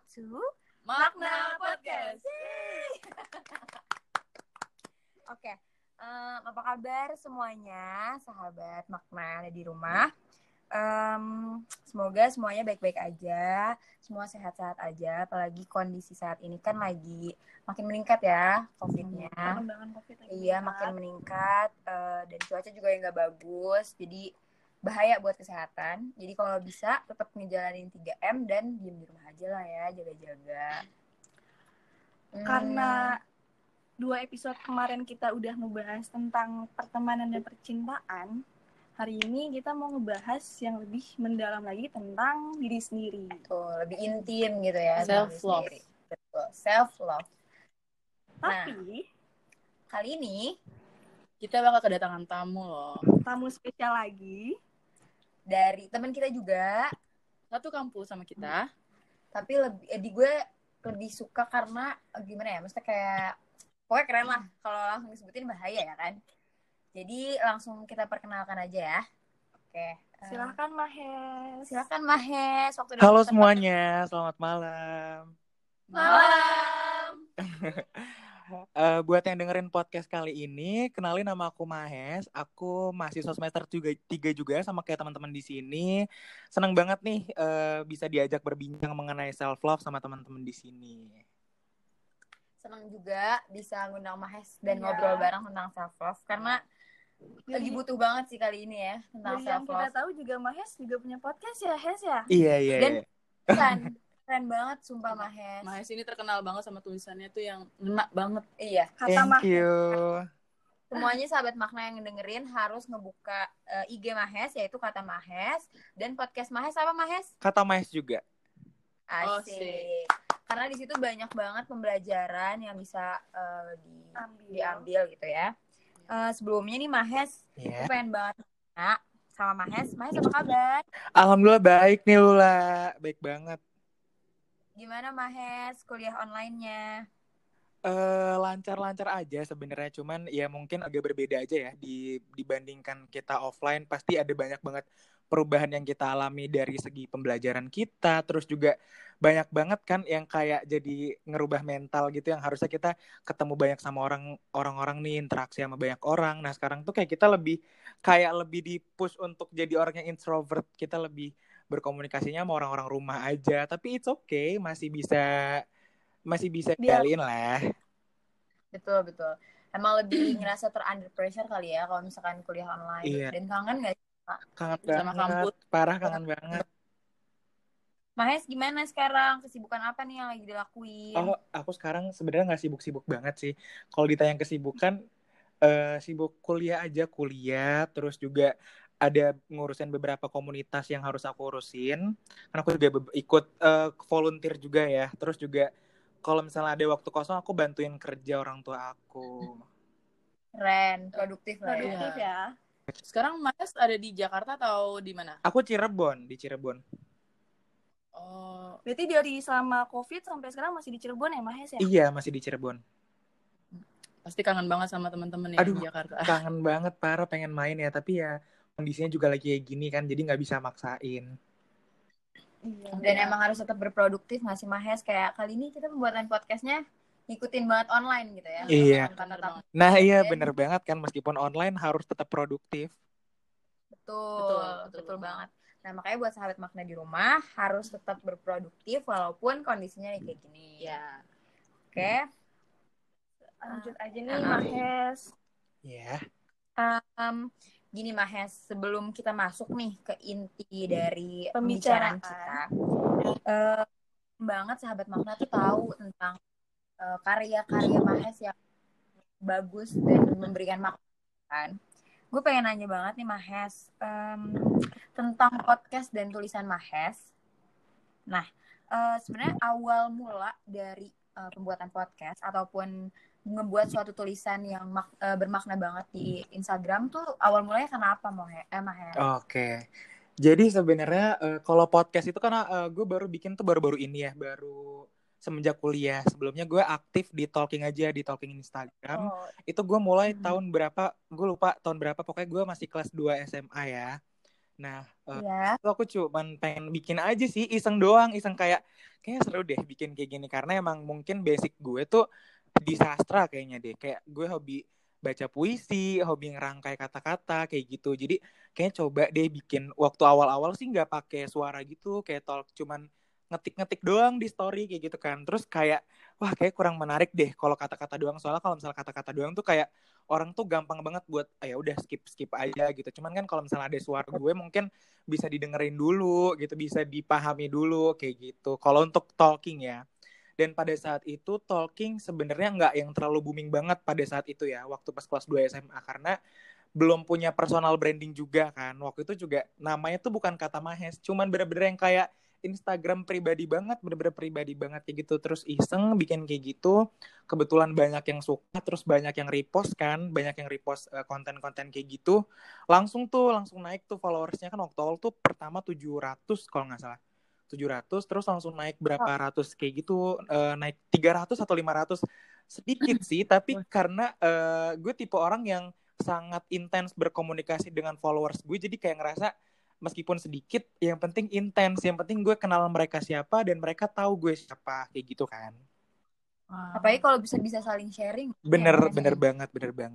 to Makna Podcast. Oke, apa kabar semuanya, sahabat Makna ada di rumah? Semoga semuanya baik-baik aja, semua sehat-sehat aja. Apalagi kondisi saat ini kan lagi makin meningkat ya COVID-nya. Perkembangan COVID lagi Iya, makin meningkat dan cuaca juga yang nggak bagus. Jadi bahaya buat kesehatan. Jadi kalau bisa tetap ngejalanin 3M dan diem di rumah aja lah ya, jaga-jaga. Karena 2 episode kemarin kita udah ngebahas tentang pertemanan dan percintaan, hari ini kita mau ngebahas yang lebih mendalam lagi tentang diri sendiri. Tuh, lebih intim gitu ya. Self-love. Betul, self-love. Tapi Kali ini kita bakal kedatangan tamu loh. tamu spesial lagi. dari teman kita juga, Satu kampus sama kita. tapi gue lebih suka karena gimana ya, maksudnya kayak pokoknya keren lah. Kalau langsung disebutin bahaya ya kan. Jadi langsung kita perkenalkan aja ya. Oke. Silahkan Mahes. Silakan Mahes. Halo semuanya, selamat malam. Malam. Buat yang dengerin podcast kali ini, kenalin nama aku Mahes. Aku mahasiswa semester 3 juga sama kayak teman-teman di sini. Senang banget nih bisa diajak berbincang mengenai self love sama teman-teman di sini. Senang juga bisa ngundang Mahes dan Iya. ngobrol bareng tentang self love karena lagi butuh banget sih kali ini ya tentang Dari yang self kita love. tahu juga Mahes juga punya podcast ya, Hes ya? Iya. Dan keren banget sumpah Mahes. Mahes ini terkenal banget sama tulisannya tuh yang ngena banget. Iya. Kata Thank Mahes. you. Semuanya sahabat Makna yang dengerin harus ngebuka IG Mahes, yaitu Kata Mahes, dan podcast Mahes apa Mahes? Kata Mahes juga. Asik. Karena di situ banyak banget pembelajaran yang bisa diambil gitu ya. Sebelumnya nih Mahes, Iya. aku pengen banget nanya sama Mahes. Mahes apa kabar? Alhamdulillah baik nih Lula, baik banget. Gimana Mahes kuliah online-nya? Lancar-lancar aja sebenarnya, cuman ya mungkin agak berbeda aja ya dibandingkan kita offline. Pasti ada banyak banget perubahan yang kita alami dari segi pembelajaran kita, terus juga banyak banget kan yang kayak jadi ngerubah mental gitu, yang harusnya kita ketemu banyak sama orang-orang nih, interaksi sama banyak orang. Nah sekarang tuh kayak kita lebih di-push untuk jadi orang yang introvert. Kita lebih berkomunikasinya sama orang-orang rumah aja, tapi it's okay, masih bisa jalin lah. Betul. Emang lebih ngerasa under pressure kali ya kalau misalkan kuliah online. Iya. Dan kangen gak sih? Kangen Sama banget, kampus. parah kangen banget. Mahes gimana sekarang? Kesibukan apa nih yang lagi dilakuin? Oh, aku sekarang sebenarnya nggak sibuk-sibuk banget sih. Kalau ditanya kesibukan, sibuk kuliah aja, terus juga ada ngurusin beberapa komunitas yang harus aku urusin. Karena aku juga ikut volunteer juga ya. Terus juga kalau misalnya ada waktu kosong, aku bantuin kerja orang tua aku. Keren, produktif lah ya. Produktif ya. Sekarang Mahes ada di Jakarta atau di mana? Aku di Cirebon. Oh, Berarti dari selama COVID sampai sekarang masih di Cirebon ya Mahes ya? Iya, masih di Cirebon. pasti kangen banget sama teman-teman ya Aduh, di Jakarta. kangen banget, parah pengen main ya. Tapi ya kondisinya juga lagi kayak gini kan, jadi nggak bisa maksain. Iya. Dan emang harus tetap berproduktif nggak sih Mahes? Kayak kali ini kita pembuatan podcastnya ngikutin banget online gitu ya. Iya. Karena tetap Nah iya bener banget kan, meskipun online harus tetap produktif. betul banget. Nah makanya buat sahabat Makna di rumah harus tetap berproduktif walaupun kondisinya kayak gini. Ya. Oke. Lanjut aja nih Mahes. Iya. Gini Mahes, sebelum kita masuk nih ke inti dari Pembicaraan. pembicaraan kita, banget sahabat Makna tuh tahu tentang karya-karya Mahes yang bagus dan memberikan makna kan. Gue pengen nanya banget nih Mahes tentang podcast dan tulisan Mahes. Nah, sebenarnya awal mula dari pembuatan podcast ataupun ngebuat suatu tulisan yang bermakna banget di Instagram tuh awal mulanya kenapa Mahes? Oke. Jadi sebenarnya kalau podcast itu karena gue baru bikin tuh baru-baru ini ya, baru semenjak kuliah. Sebelumnya gue aktif di Talking Instagram. Oh, Itu gue mulai tahun berapa, gue lupa tahun berapa, pokoknya gue masih kelas 2 SMA ya. Nah, Iya. itu aku cuman pengen bikin aja sih, iseng doang, iseng kayak seru deh bikin kayak gini karena emang mungkin basic gue tuh di sastra kayaknya deh. Kayak gue hobi baca puisi, hobi ngerangkai kata-kata kayak gitu. Jadi kayak coba deh bikin waktu awal-awal sih nggak pakai suara gitu, kayak talk cuman ngetik-ngetik doang di story kayak gitu kan. Terus kayak wah kayak kurang menarik deh kalau kata-kata doang. Soalnya kalau misalnya kata-kata doang tuh kayak orang tuh gampang banget buat ya udah skip aja gitu. Cuman kan kalau misalnya ada suara gue mungkin bisa didengerin dulu gitu, bisa dipahami dulu kayak gitu. Kalau untuk talking ya. Dan pada saat itu talking sebenarnya nggak yang terlalu booming banget pada saat itu ya, waktu pas kelas 2 SMA karena belum punya personal branding juga kan. Waktu itu juga namanya tuh bukan Kata Mahes, cuman bener-bener yang kayak Instagram pribadi banget, bener-bener pribadi banget kayak gitu. Terus iseng bikin kayak gitu, kebetulan banyak yang suka, terus banyak yang repost kan, banyak yang repost konten-konten kayak gitu. Langsung naik tuh followersnya kan waktu awal tuh pertama 700 kalau nggak salah. 700 terus langsung naik berapa ratus kayak gitu, naik 300 atau 500. Sedikit sih, tapi karena gue tipe orang yang sangat intens berkomunikasi dengan followers gue, jadi kayak ngerasa meskipun sedikit yang penting intens, yang penting gue kenal mereka siapa dan mereka tahu gue siapa kayak gitu kan. Apalagi kalau bisa saling sharing. Bener Ya, bener banget.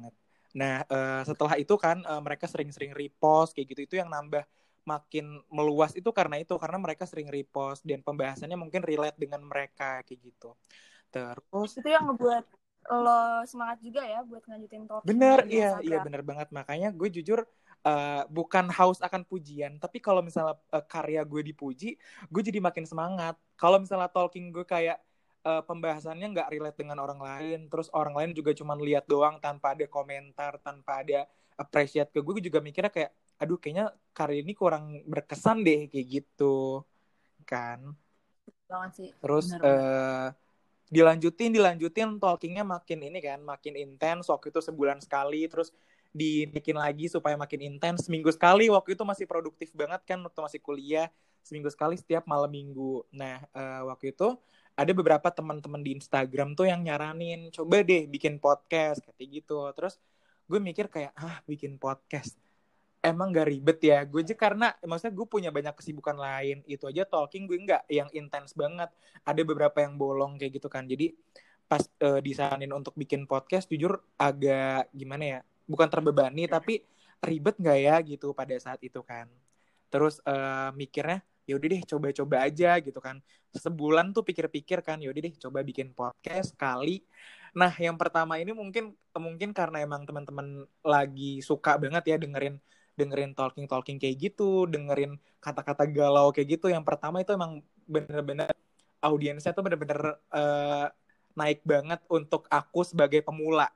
Nah setelah itu kan mereka sering-sering repost kayak gitu, itu yang nambah makin meluas itu karena mereka sering repost dan pembahasannya mungkin relate dengan mereka kayak gitu. Terus Itu yang ngebuat lo semangat juga ya buat ngelanjutin talking bener, di iya Instagram. bener banget. Makanya gue jujur bukan haus akan pujian, tapi kalau misalnya karya gue dipuji, gue jadi makin semangat. Kalau misalnya talking gue kayak pembahasannya nggak relate dengan orang lain, terus orang lain juga cuma lihat doang tanpa ada komentar, tanpa ada appreciate ke gue juga mikirnya kayak, aduh kayaknya karya ini kurang berkesan deh kayak gitu kan. banget sih. Terus Benar-benar. dilanjutin talkingnya makin ini kan, makin intens. Waktu itu sebulan sekali, terus dinaikin lagi supaya makin intens, seminggu sekali. Waktu itu masih produktif banget kan, waktu masih kuliah, seminggu sekali setiap malam minggu. Nah waktu itu ada beberapa teman-teman di Instagram tuh yang nyaranin coba deh bikin podcast kayak gitu. Terus gue mikir kayak bikin podcast emang gak ribet ya. Gue aja karena maksudnya gue punya banyak kesibukan lain. Itu aja talking gue nggak yang intens banget. Ada beberapa yang bolong kayak gitu kan. Jadi pas disaranin untuk bikin podcast, jujur agak gimana ya, bukan terbebani tapi ribet nggak ya gitu pada saat itu kan. Terus mikirnya ya udah deh coba-coba aja gitu kan. Sebulan tuh pikir-pikir kan, ya udah deh coba bikin podcast kali. Nah yang pertama ini mungkin karena emang teman-teman lagi suka banget ya dengerin dengerin talking kayak gitu, dengerin kata-kata galau kayak gitu. Yang pertama itu emang bener-bener audiensnya tuh bener-bener naik banget untuk aku sebagai pemula.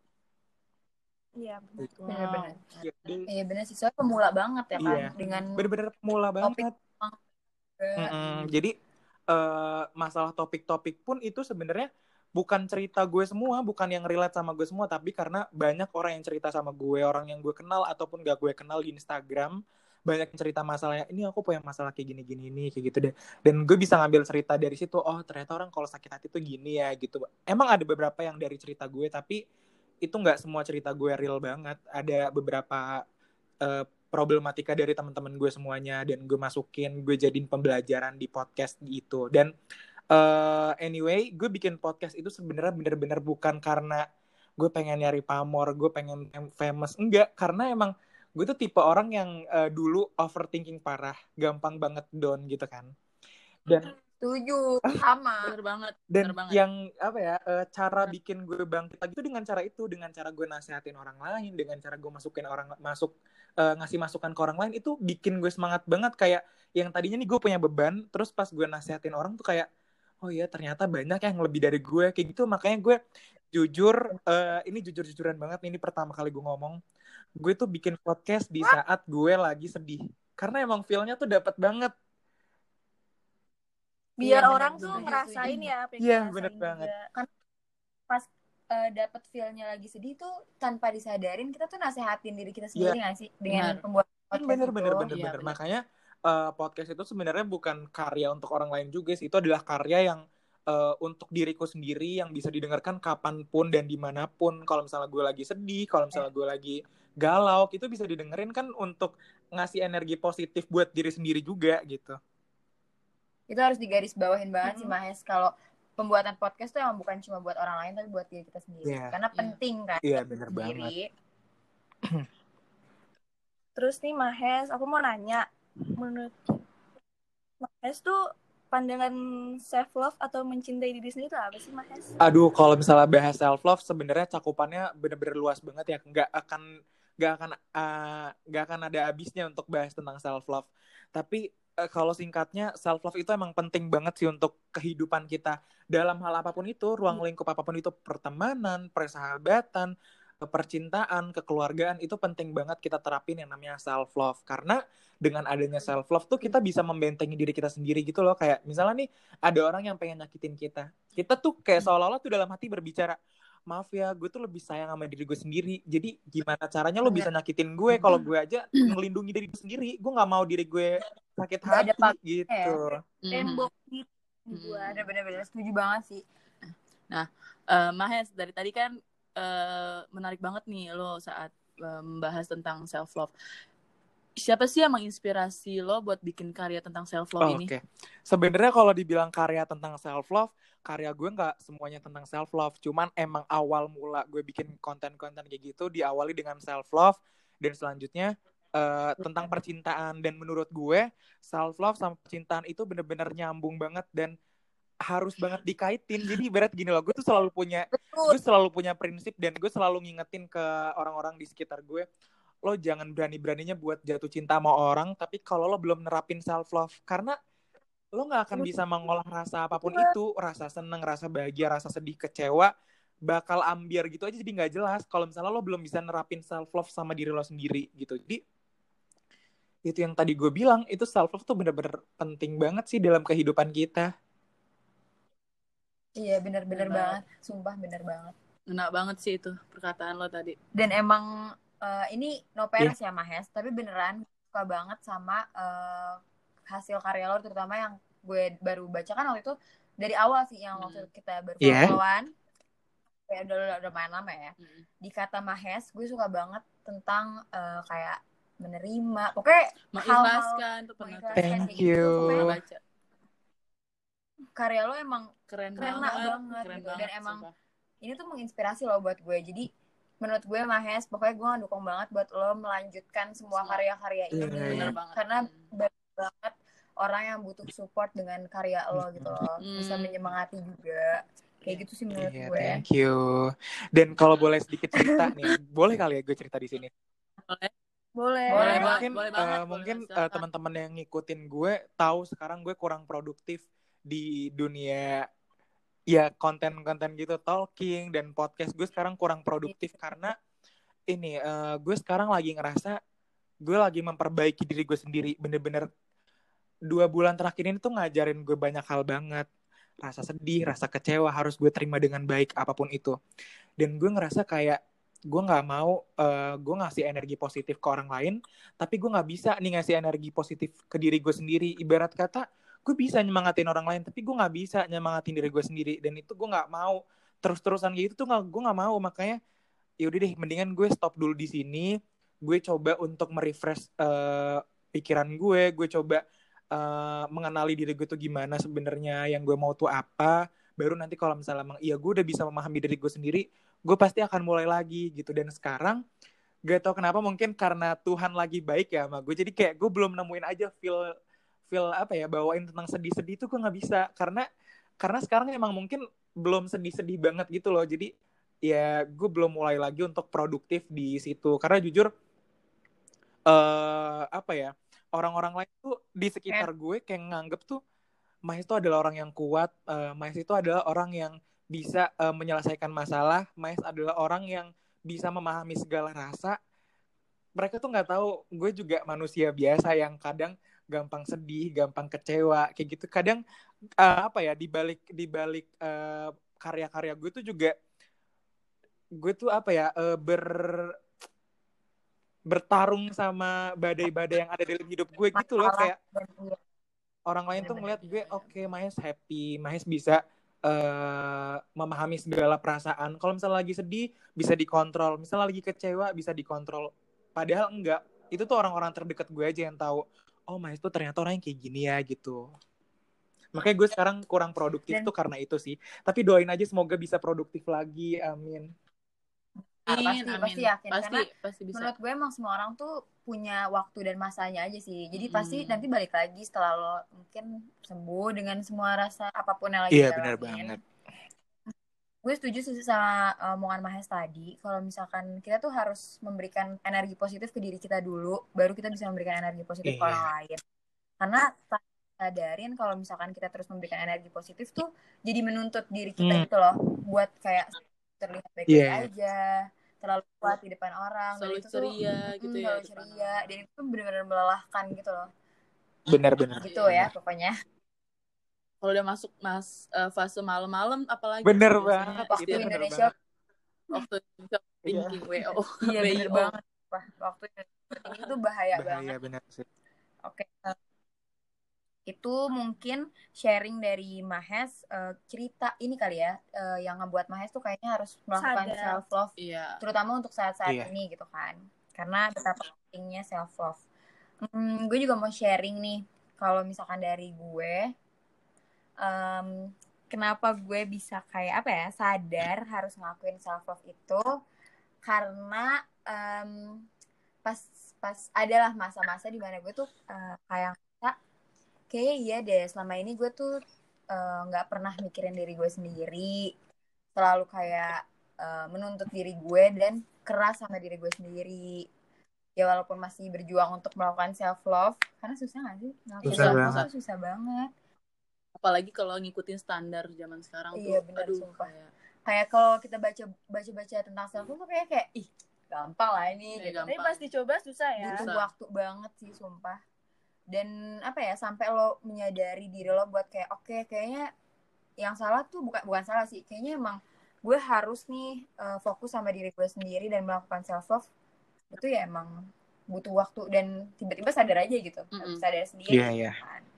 Iya, benar. Bener-bener. Iya, Iya bener sih, soalnya pemula banget ya kan. iya. Dengan Bener-bener pemula topik banget. juga. Jadi masalah topik-topik pun itu sebenarnya bukan cerita gue semua, bukan yang relate sama gue semua, tapi karena banyak orang yang cerita sama gue, orang yang gue kenal ataupun gak gue kenal di Instagram, banyak yang cerita masalahnya, ini aku punya masalah kayak gini-gini nih, kayak gitu deh. Dan gue bisa ngambil cerita dari situ, oh ternyata orang kalau sakit hati tuh gini ya, gitu. Emang ada beberapa yang dari cerita gue, tapi itu nggak semua cerita gue real banget. Ada beberapa problematika dari teman-teman gue semuanya dan gue masukin, gue jadiin pembelajaran di podcast gitu. Dan anyway, gue bikin podcast itu sebenarnya bener-bener bukan karena gue pengen nyari pamor, gue pengen famous, enggak, karena emang gue tuh tipe orang yang dulu overthinking parah, gampang banget down gitu kan. Dan Setuju, sama. Bener banget. dan Bener banget. yang apa ya, cara bikin gue bangkit lagi itu dengan cara gue nasehatin orang lain, dengan cara gue ngasih masukan ke orang lain, itu bikin gue semangat banget. Kayak yang tadinya nih gue punya beban, terus pas gue nasehatin orang tuh kayak oh iya ternyata banyak yang lebih dari gue kayak gitu. Makanya gue jujur, ini jujur-jujuran banget, ini pertama kali gue ngomong, gue tuh bikin podcast di saat gue lagi sedih karena emang feel-nya tuh dapat banget. Biar Iya, orang bener, tuh setuju, ngerasain setuju. ya, apa yang Iya dirasain bener banget. juga. Kan pas dapet feel-nya lagi sedih tuh tanpa disadarin kita tuh nasehatin diri kita sendiri nggak sih dengan Benar. pembuat podcast bener itu. Iya, bener. Makanya podcast itu sebenarnya bukan karya untuk orang lain juga sih, itu adalah karya yang untuk diriku sendiri yang bisa didengarkan kapanpun dan dimanapun. Kalau misalnya gue lagi sedih, kalau misalnya gue lagi galau, itu bisa didengerin kan untuk ngasih energi positif buat diri sendiri juga gitu. Itu harus digarisbawahin banget sih Mahes, kalau pembuatan podcast tuh emang bukan cuma buat orang lain tapi buat diri kita sendiri. Karena penting kan bener sendiri. Terus nih Mahes, aku mau nanya, menurut Mahes tuh pandangan self love atau mencintai diri sendiri itu apa sih Mahes? Aduh, kalau misalnya bahas self love sebenarnya cakupannya bener-bener luas banget ya. Nggak akan ada habisnya untuk bahas tentang self love. Tapi kalau singkatnya, self love itu emang penting banget sih untuk kehidupan kita dalam hal apapun itu, ruang lingkup apapun itu, pertemanan, persahabatan, percintaan, kekeluargaan, itu penting banget kita terapin yang namanya self love. Karena dengan adanya self love tuh kita bisa membentengi diri kita sendiri gitu loh. Kayak misalnya nih ada orang yang pengen nyakitin kita tuh kayak seolah-olah tuh dalam hati berbicara, maaf ya, gue tuh lebih sayang sama diri gue sendiri, jadi gimana caranya lo bisa nyakitin gue kalau gue aja ngelindungi diri gue sendiri, gue nggak mau diri gue sakit hati gitu. Tembok gitu buat. Bener-bener setuju banget sih. Nah, Mahes, dari tadi kan menarik banget nih lo saat membahas tentang self love. Siapa sih yang menginspirasi lo buat bikin karya tentang self love ini? Oke. Sebenarnya kalau dibilang karya tentang self love, karya gue nggak semuanya tentang self love. Cuman emang awal mula gue bikin konten-konten kayak gitu diawali dengan self love dan selanjutnya tentang percintaan. Dan menurut gue self love sama percintaan itu bener-bener nyambung banget dan harus banget dikaitin. Jadi ibarat gini loh, gue selalu punya prinsip dan gue selalu ngingetin ke orang-orang di sekitar gue, lo jangan berani-beraninya buat jatuh cinta sama orang tapi kalau lo belum nerapin self love, karena lo nggak akan bisa mengolah rasa apapun itu, rasa seneng, rasa bahagia, rasa sedih, kecewa, bakal ambiar gitu aja, jadi nggak jelas kalau misalnya lo belum bisa nerapin self love sama diri lo sendiri gitu. Jadi itu yang tadi gue bilang, itu self love tuh bener-bener penting banget sih dalam kehidupan kita. Iya bener-bener banget, sumpah bener banget. Enak banget sih itu perkataan lo tadi. Dan emang ini no peres ya Mahes, tapi beneran suka banget sama hasil karya lo, terutama yang gue baru baca kan waktu itu dari awal sih, yang waktu kita baru follow-an, kayak udah main lama ya. Di kata Mahes, gue suka banget tentang kayak menerima, pokoknya mengikhlaskan tuh Thank you. Baca. Karya lo emang keren banget gitu. Dan emang sumpah. Ini tuh menginspirasi lo buat gue. Jadi menurut gue Mahes, pokoknya gue ngedukung banget buat lo melanjutkan semua karya-karya ini. Karena banyak banget orang yang butuh support dengan karya lo gitu loh. Bisa menyemangati juga. Kayak gitu sih menurut gue. Thank you. Dan kalau boleh sedikit cerita nih, boleh kali ya gue cerita di sini? Boleh. Mungkin teman-teman yang ngikutin gue tahu sekarang gue kurang produktif di dunia ya konten-konten gitu, talking dan podcast. Gue sekarang kurang produktif karena ini gue sekarang lagi ngerasa gue lagi memperbaiki diri gue sendiri. Bener-bener 2 bulan terakhir ini tuh ngajarin gue banyak hal banget. Rasa sedih, rasa kecewa harus gue terima dengan baik apapun itu. Dan gue ngerasa kayak gue nggak mau gue ngasih energi positif ke orang lain, tapi gue nggak bisa nih ngasih energi positif ke diri gue sendiri. Ibarat kata gue bisa nyemangatin orang lain, tapi gue nggak bisa nyemangatin diri gue sendiri. Dan itu gue nggak mau terus-terusan gitu tuh, gue nggak mau. Makanya yaudah deh, mendingan gue stop dulu di sini. Gue coba untuk merefresh pikiran gue coba mengenali diri gue tuh gimana sebenarnya, yang gue mau tuh apa. Baru nanti kalau misalnya emang iya gue udah bisa memahami diri gue sendiri, gue pasti akan mulai lagi gitu. Dan sekarang gak tau kenapa, mungkin karena Tuhan lagi baik ya sama gue, jadi kayak gue belum nemuin aja feel apa ya, bawain tentang sedih-sedih itu gue nggak bisa, karena sekarang emang mungkin belum sedih-sedih banget gitu loh. Jadi ya gue belum mulai lagi untuk produktif di situ, karena jujur apa ya, orang-orang lain tuh di sekitar gue kayak nganggep tuh Mahes itu adalah orang yang kuat, Mahes itu adalah orang yang bisa menyelesaikan masalah, Mahes adalah orang yang bisa memahami segala rasa. Mereka tuh nggak tahu gue juga manusia biasa yang kadang gampang sedih, gampang kecewa, kayak gitu. Kadang apa ya, di balik karya-karya gue tuh juga gue tuh apa ya, bertarung sama badai-badai yang ada dalam hidup gue gitu loh. Kayak orang lain tuh ngeliat gue, oke, Mahes happy, Mahes bisa memahami segala perasaan. Kalau misalnya lagi sedih bisa dikontrol, misalnya lagi kecewa bisa dikontrol. Padahal enggak, itu tuh orang-orang terdekat gue aja yang tahu. Oh, Mahes tuh ternyata orang yang kayak gini ya gitu. Makanya gue sekarang kurang produktif Dan tuh karena itu sih. Tapi doain aja semoga bisa produktif lagi, amin. pasti yakin karena pasti bisa. menurut gue emang semua orang tuh punya waktu dan masanya aja sih. Jadi pasti nanti balik lagi setelah lo mungkin sembuh dengan semua rasa apapun yang lagi Iya, benar dialamin. banget. Gue setuju sih sama omongan Mahes tadi. Kalau misalkan kita tuh harus memberikan energi positif ke diri kita dulu, baru kita bisa memberikan energi positif ke orang lain. Karena sadarin kalau misalkan kita terus memberikan energi positif tuh jadi menuntut diri kita gitu loh, buat kayak terlihat baik-baik aja, terlalu kuat di depan orang, selalu dan itu ceria tuh gitu ya, selalu ceria, dan itu tuh benar-benar melelahkan gitu loh. Benar-benar. Gitu ya pokoknya. Kalau udah masuk fase malam-malam apalagi bener biasanya banget waktu itu Indonesia waktu thinking WO. Iya bener banget. Wah, waktu itu tuh bahaya banget. Bener sih. Oke. Itu mungkin sharing dari Mahes, cerita ini kali ya, yang ngebuat Mahes tuh kayaknya harus melakukan self love, terutama untuk saat-saat ini gitu kan, karena betapa pentingnya self love. Gue juga mau sharing nih, kalau misalkan dari gue, kenapa gue bisa kayak apa ya, sadar harus ngelakuin self love itu karena pas adalah masa-masa di mana gue tuh kayak iya deh, selama ini gue tuh nggak pernah mikirin diri gue sendiri, selalu kayak menuntut diri gue dan keras sama diri gue sendiri. Ya walaupun masih berjuang untuk melakukan self love, karena susah nggak sih? Susah banget. Apalagi kalau ngikutin standar zaman sekarang tuh. Iya benar, sumpah. Kayak kalau kita baca tentang self love tuh kayak ih gampang lah ini. Gitu. Tapi pas dicoba susah ya. Butuh waktu banget sih, sumpah. Dan apa ya, sampai lo menyadari diri lo buat kayak oke, kayaknya yang salah tuh bukan salah sih, kayaknya emang gue harus nih fokus sama diri gue sendiri dan melakukan self love. Itu ya emang butuh waktu dan tiba-tiba sadar aja gitu, sadar sendiri. Iya.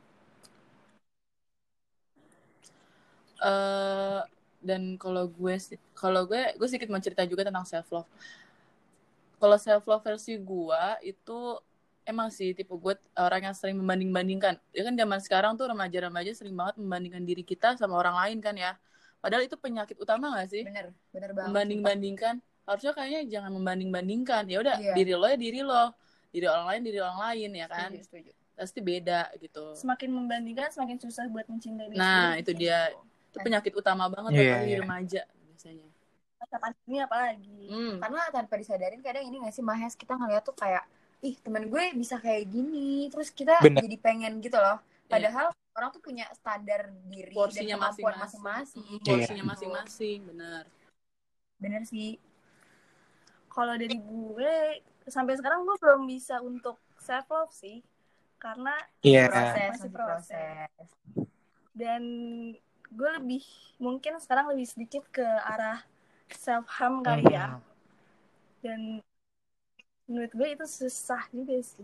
Dan kalau gue sedikit mau cerita juga tentang self love. Kalau self love versi gue itu emang sih tipe gue orang yang sering membanding-bandingkan. Ya kan zaman sekarang tuh remaja-remaja sering banget membandingkan diri kita sama orang lain kan ya. Padahal itu penyakit utama gak sih? Bener banget. Membanding-bandingkan. Harusnya kayaknya jangan membanding-bandingkan. Ya udah, diri lo ya diri lo. Diri orang lain ya kan. Setuju. Pasti beda gitu. Semakin membandingkan semakin susah buat mencintai diri. Nah, itu dia. Itu penyakit utama banget apalagi di remaja biasanya. Masa pandemi apalagi. Karena tanpa disadarin kadang ini gak sih Mahes, kita ngeliat tuh kayak ih temen gue bisa kayak gini, terus kita jadi pengen gitu loh. Padahal orang tuh punya standar diri porsinya dan kemampuan masing-masing. Porsinya masing-masing, benar sih. Kalau dari gue sampai sekarang gue belum bisa untuk self love sih, karena masih proses. Dan gue mungkin sekarang lebih sedikit ke arah self harm kali ya. Dan menurut gue itu susah juga sih.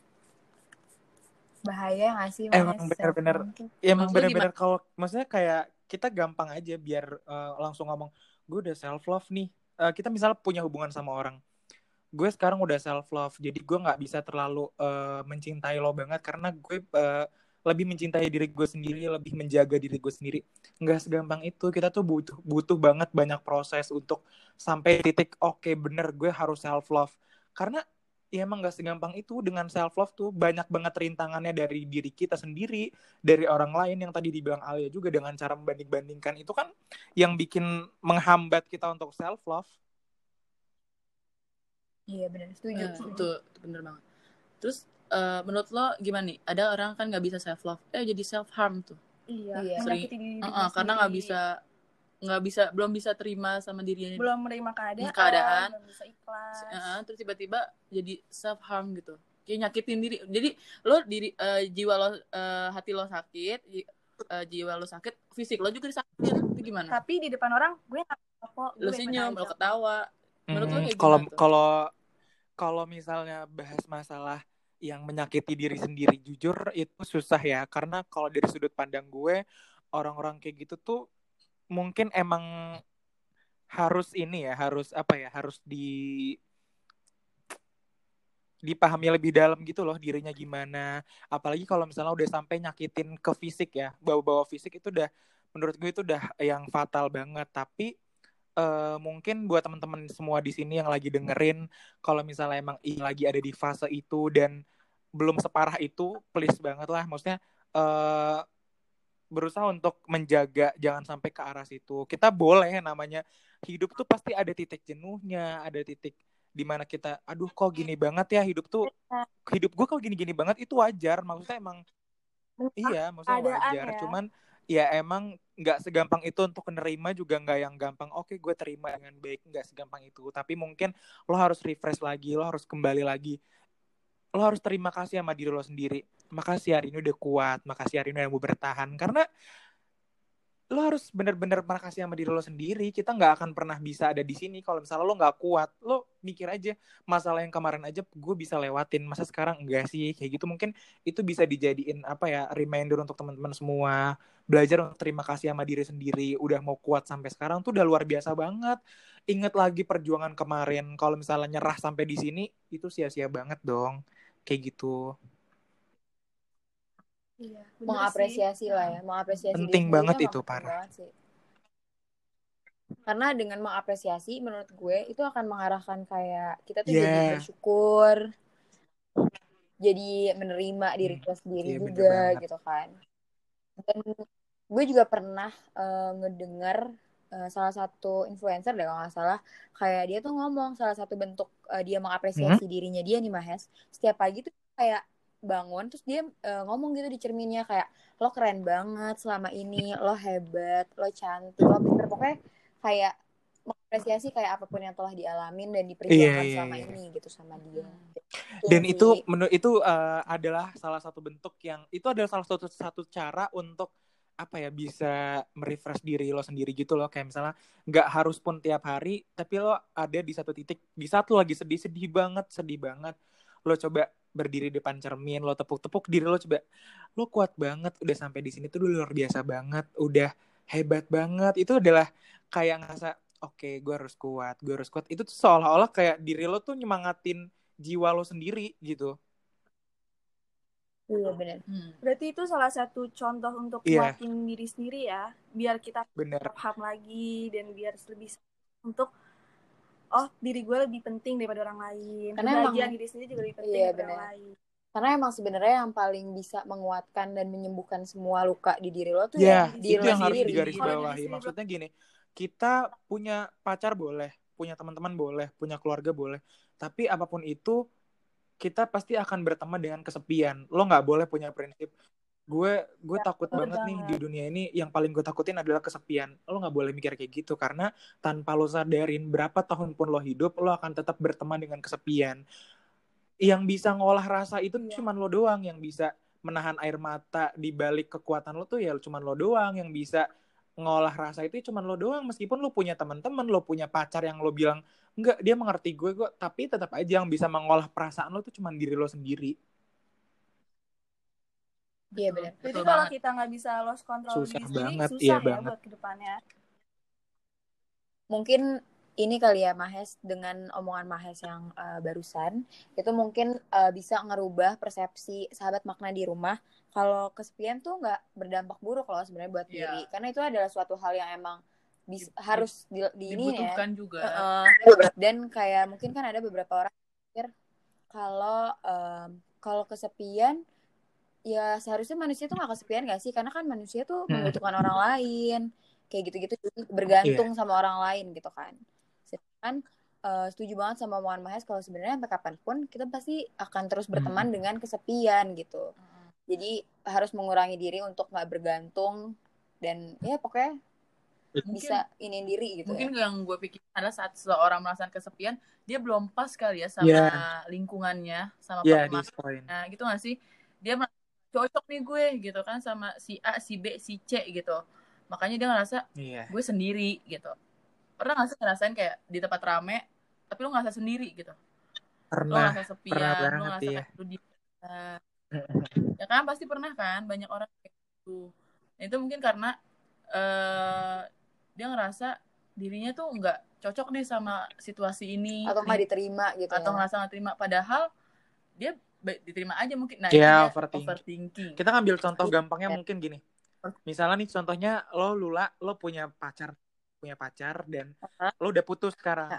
Bahaya gak sih? Emang bener-bener. Emang bener-bener kalau maksudnya kayak kita gampang aja biar langsung ngomong gue udah self love nih. Kita misalnya punya hubungan sama orang. Gue sekarang udah self love, jadi gue nggak bisa terlalu mencintai lo banget karena gue lebih mencintai diri gue sendiri, lebih menjaga diri gue sendiri. Nggak segampang itu. Kita tuh butuh banget banyak proses untuk sampai titik oke, bener gue harus self love. Karena ya emang gak segampang itu. Dengan self love tuh banyak banget rintangannya dari diri kita sendiri, dari orang lain yang tadi dibilang Alia juga, dengan cara membanding-bandingkan itu kan yang bikin menghambat kita untuk self love. Iya benar, setuju. Itu bener banget. Terus menurut lo gimana nih? Ada orang kan nggak bisa self love, jadi self harm tuh. Iya. Sering, karena belum bisa terima sama dirinya, belum menerima keadaan, belum bisa ikhlas. Terus tiba-tiba jadi self harm gitu, kayak nyakitin diri. Jadi lo jiwa lo, hati lo sakit, jiwa lo sakit, fisik lo juga disakitin. Itu gimana? Tapi di depan orang gue nggak kok. Lo senyum, lo ketawa. Menurut lo kayak gimana? Kalau misalnya bahas masalah yang menyakiti diri sendiri, jujur itu susah ya. Karena kalau dari sudut pandang gue, orang-orang kayak gitu tuh mungkin emang harus ini ya, harus apa ya, harus dipahami lebih dalam gitu loh dirinya gimana. Apalagi kalau misalnya udah sampai nyakitin ke fisik ya, bawa-bawa fisik itu udah menurut gue itu udah yang fatal banget. Tapi mungkin buat teman-teman semua di sini yang lagi dengerin, kalau misalnya emang lagi ada di fase itu dan belum separah itu, please banget lah, maksudnya berusaha untuk menjaga jangan sampai ke arah situ. Kita boleh, namanya hidup tuh pasti ada titik jenuhnya, ada titik dimana kita, aduh kok gini banget ya hidup gue kok gini-gini banget, itu wajar, maksudnya emang iya, maksudnya wajar, ya. Cuman ya emang nggak segampang itu untuk menerima, juga nggak yang gampang oke gue terima dengan baik, nggak segampang itu. Tapi mungkin lo harus refresh lagi, lo harus kembali lagi, lo harus terima kasih sama diri lo sendiri. Makasih hari ini udah kuat, makasih hari ini udah mau bertahan, karena lo harus bener-bener makasih sama diri lo sendiri. Kita nggak akan pernah bisa ada di sini kalau misalnya lo nggak kuat. Lo mikir aja, masalah yang kemarin aja gue bisa lewatin, masa sekarang enggak sih? Kayak gitu mungkin itu bisa dijadiin apa ya, reminder untuk teman-teman semua. Belajar untuk terima kasih sama diri sendiri. Udah mau kuat sampai sekarang tuh udah luar biasa banget. Ingat lagi perjuangan kemarin. Kalau misalnya nyerah sampai di sini, itu sia-sia banget dong. Kayak gitu. Iya, mengapresiasi lah ya, mengapresiasi penting diri banget itu parah sih. Karena dengan mengapresiasi menurut gue itu akan mengarahkan kayak kita tuh jadi bersyukur, jadi menerima diri kita sendiri juga gitu kan. Dan gue juga pernah ngedengar salah satu influencer deh kalau nggak salah, kayak dia tuh ngomong salah satu bentuk dia mengapresiasi dirinya dia nih Mahes, setiap pagi tuh kayak bangun terus dia ngomong gitu di cerminnya kayak, lo keren banget selama ini, lo hebat, lo cantik, lo pinter, pokoknya kayak mengapresiasi kayak apapun yang telah dialamin dan diperjuangkan selama ini gitu sama dia. Dan itu adalah salah satu bentuk yang, itu adalah salah satu cara untuk apa ya, bisa merefresh diri lo sendiri gitu loh. Kayak misalnya nggak harus pun tiap hari, tapi lo ada di satu titik, di saat lo lagi sedih banget, lo coba berdiri depan cermin, lo tepuk-tepuk diri lo, coba lo kuat banget, udah sampai di sini tuh luar biasa banget, udah hebat banget. Itu adalah kayak ngerasa oke, gue harus kuat. Itu tuh seolah-olah kayak diri lo tuh nyemangatin jiwa lo sendiri gitu. Iya benar. Berarti itu salah satu contoh untuk kuatin diri sendiri ya, biar kita paham lagi dan biar lebih untuk diri gue lebih penting daripada orang lain. Karena kebahagiaan diri sendiri juga lebih penting daripada orang lain. Karena emang sebenarnya yang paling bisa menguatkan dan menyembuhkan semua luka di diri lo tuh diri lo sendiri. Itu yang harus digarisbawahi. Maksudnya gini, kita punya pacar boleh, punya teman-teman boleh, punya keluarga boleh, tapi apapun itu kita pasti akan berteman dengan kesepian. Lo nggak boleh punya prinsip gue takut banget nih di dunia ini, yang paling gue takutin adalah kesepian. Lo nggak boleh mikir kayak gitu, karena tanpa lo sadarin berapa tahun pun lo hidup, lo akan tetap berteman dengan kesepian. Yang bisa ngolah rasa itu cuma lo doang, yang bisa menahan air mata di balik kekuatan lo tuh ya cuma lo doang, yang bisa ngolah rasa itu cuma lo doang. Meskipun lo punya teman-teman, lo punya pacar yang lo bilang enggak, dia mengerti gue kok, tapi tetap aja yang bisa mengolah perasaan lo tuh cuma diri lo sendiri. Iya benar. Jadi kalau kita nggak bisa lost control diri sendiri, susah ya buat kedepannya. Mungkin ini kali ya Mahes, dengan omongan Mahes yang barusan, itu mungkin bisa ngerubah persepsi sahabat makna di rumah. Kalau kesepian tuh nggak berdampak buruk loh sebenarnya buat diri, karena itu adalah suatu hal yang emang harus dibutuhkan ya. Juga. Dan kayak mungkin kan ada beberapa orang pikir kalau kesepian ya seharusnya manusia tuh gak kesepian gak sih, karena kan manusia tuh membutuhkan orang lain kayak gitu-gitu, bergantung sama orang lain gitu kan. Sedangkan setuju banget sama omongan Mahes kalau sebenarnya sampai kapanpun kita pasti akan terus berteman dengan kesepian gitu. Jadi harus mengurangi diri untuk gak bergantung, dan ya pokoknya mungkin, bisa iniin diri gitu. Mungkin yang gue pikir adalah saat seseorang merasakan kesepian, dia belum pas kali ya sama lingkungannya, sama pertemanannya gitu gak sih? Dia cocok nih gue gitu kan sama si A, si B, si C gitu. Makanya dia ngerasa gue sendiri gitu. Pernah gak sih ngerasain kayak di tempat rame tapi lo ngerasa sendiri gitu? Lo ngerasa sepian, lo ngerasa kayak lo ya kan, pasti pernah kan, banyak orang kayak gitu. Nah, itu mungkin karena dia ngerasa dirinya tuh nggak cocok nih sama situasi ini atau nggak diterima gitu atau ngerasa nggak terima, padahal dia diterima aja mungkin. Nah itu dia overthinking. Kita ngambil contoh gampangnya mungkin gini, misalnya nih contohnya lo punya pacar dan lo udah putus sekarang.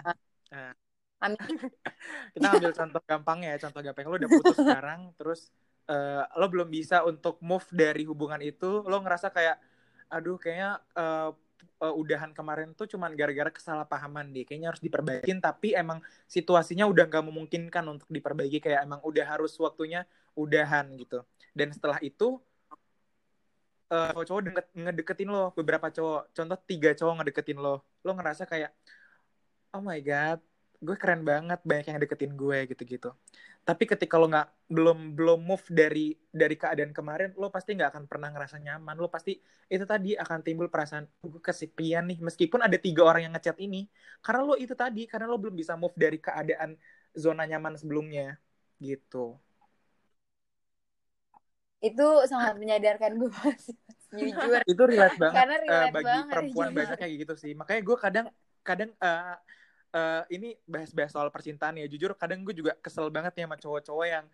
Kita ambil contoh gampangnya lo udah putus sekarang, terus lo belum bisa untuk move dari hubungan itu. Lo ngerasa kayak aduh kayaknya udahan kemarin tuh cuman gara-gara kesalahpahaman deh, kayaknya harus diperbaikin, tapi emang situasinya udah gak memungkinkan untuk diperbaiki, kayak emang udah harus waktunya udahan gitu. Dan setelah itu cowok ngedeketin lo, beberapa cowok, contoh 3 cowok ngedeketin lo ngerasa kayak oh my god, gue keren banget, banyak yang deketin gue gitu-gitu. Tapi ketika lo belum move dari keadaan kemarin, lo pasti nggak akan pernah ngerasa nyaman. Lo pasti itu tadi akan timbul perasaan gue kesepian nih, meskipun ada 3 orang yang ngechat ini, karena lo belum bisa move dari keadaan zona nyaman sebelumnya gitu. Itu sangat menyadarkan gue jujur. Itu relate banget. Karena relate bagi banget, perempuan banyak kayak gitu sih. Makanya gue kadang ini bahas-bahas soal percintaan ya, jujur kadang gue juga kesel banget ya sama cowok-cowok yang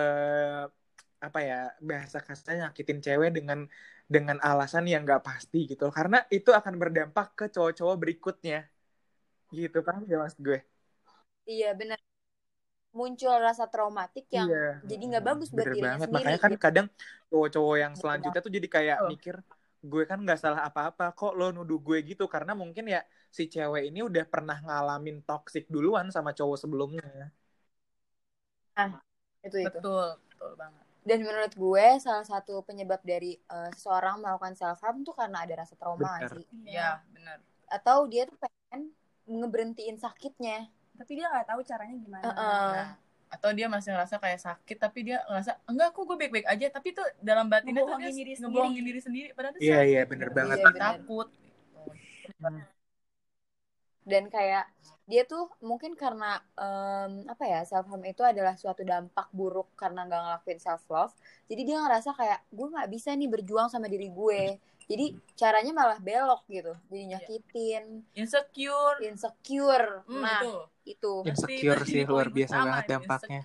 bahasa kasarnya nyakitin cewek dengan alasan yang nggak pasti gitu, karena itu akan berdampak ke cowok-cowok berikutnya gitu kan ya mas gue. Iya benar, muncul rasa traumatik yang jadi nggak bagus buat dirinya sendiri. Makanya kan kadang cowok-cowok yang selanjutnya tuh jadi kayak mikir gue kan nggak salah apa-apa, kok lo nuduh gue gitu, karena mungkin ya si cewek ini udah pernah ngalamin toxic duluan sama cowok sebelumnya. Nah, itu betul banget. Dan menurut gue salah satu penyebab dari seseorang melakukan self harm tuh karena ada rasa trauma sih. Iya benar. Atau dia tuh pengen ngeberhentiin sakitnya, tapi dia nggak tahu caranya gimana. Nah, atau dia masih ngerasa kayak sakit tapi dia ngerasa enggak, kok gue baik-baik aja, tapi tuh dalam batinnya tuh dia ngebohongin diri sendiri padahal tuh iya bener banget, takut. Dan kayak dia tuh mungkin karena self harm itu adalah suatu dampak buruk karena nggak ngelakuin self love, jadi dia ngerasa kayak gue nggak bisa nih berjuang sama diri gue, jadi caranya malah belok gitu, jadi nyakitin, insecure. Nah itu insecure sih luar biasa banget dampaknya.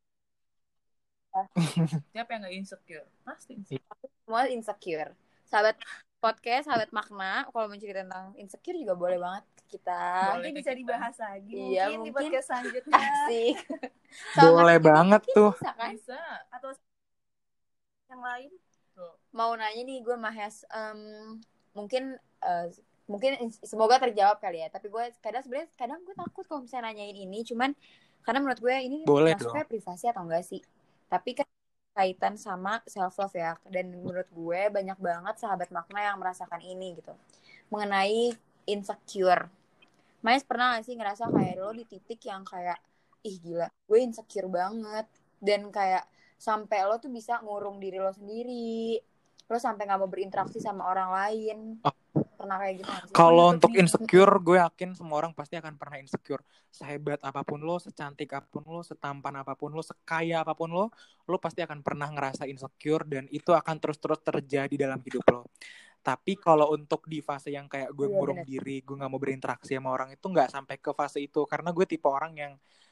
Siapa yang nggak insecure? Pasti semua insecure. Sahabat podcast, sahabat makna, kalau mau cerita tentang insecure juga boleh banget kita. Nanti bisa dibahas lagi. Iya, mungkin di podcast selanjutnya. Asik. Boleh banget tuh. Bisa kan? Bisa. Atau yang lain. Mau nanya nih gue Mahes, mungkin semoga terjawab kali ya. Tapi gue kadang gue takut kalau misalnya nanyain ini, cuman karena menurut gue ini masuknya privasi atau enggak sih? Tapi kan kaitan sama self love ya, dan menurut gue banyak banget sahabat makna yang merasakan ini gitu, mengenai insecure. Mas pernah gak sih ngerasa kayak lo di titik yang kayak ih gila gue insecure banget, dan kayak sampai lo tuh bisa ngurung diri lo sendiri, lo sampai nggak mau berinteraksi sama orang lain. Pernah kayak gitu gak sih? Kalau untuk insecure, gue yakin semua orang pasti akan pernah insecure. Sehebat apapun lo, secantik apapun lo, setampan apapun lo, sekaya apapun lo pasti akan pernah ngerasa insecure, dan itu akan terus-terus terjadi dalam hidup lo. Tapi kalau untuk di fase yang kayak gue ngurung diri, gue gak mau berinteraksi sama orang, itu gak sampai ke fase itu. Karena gue tipe orang yang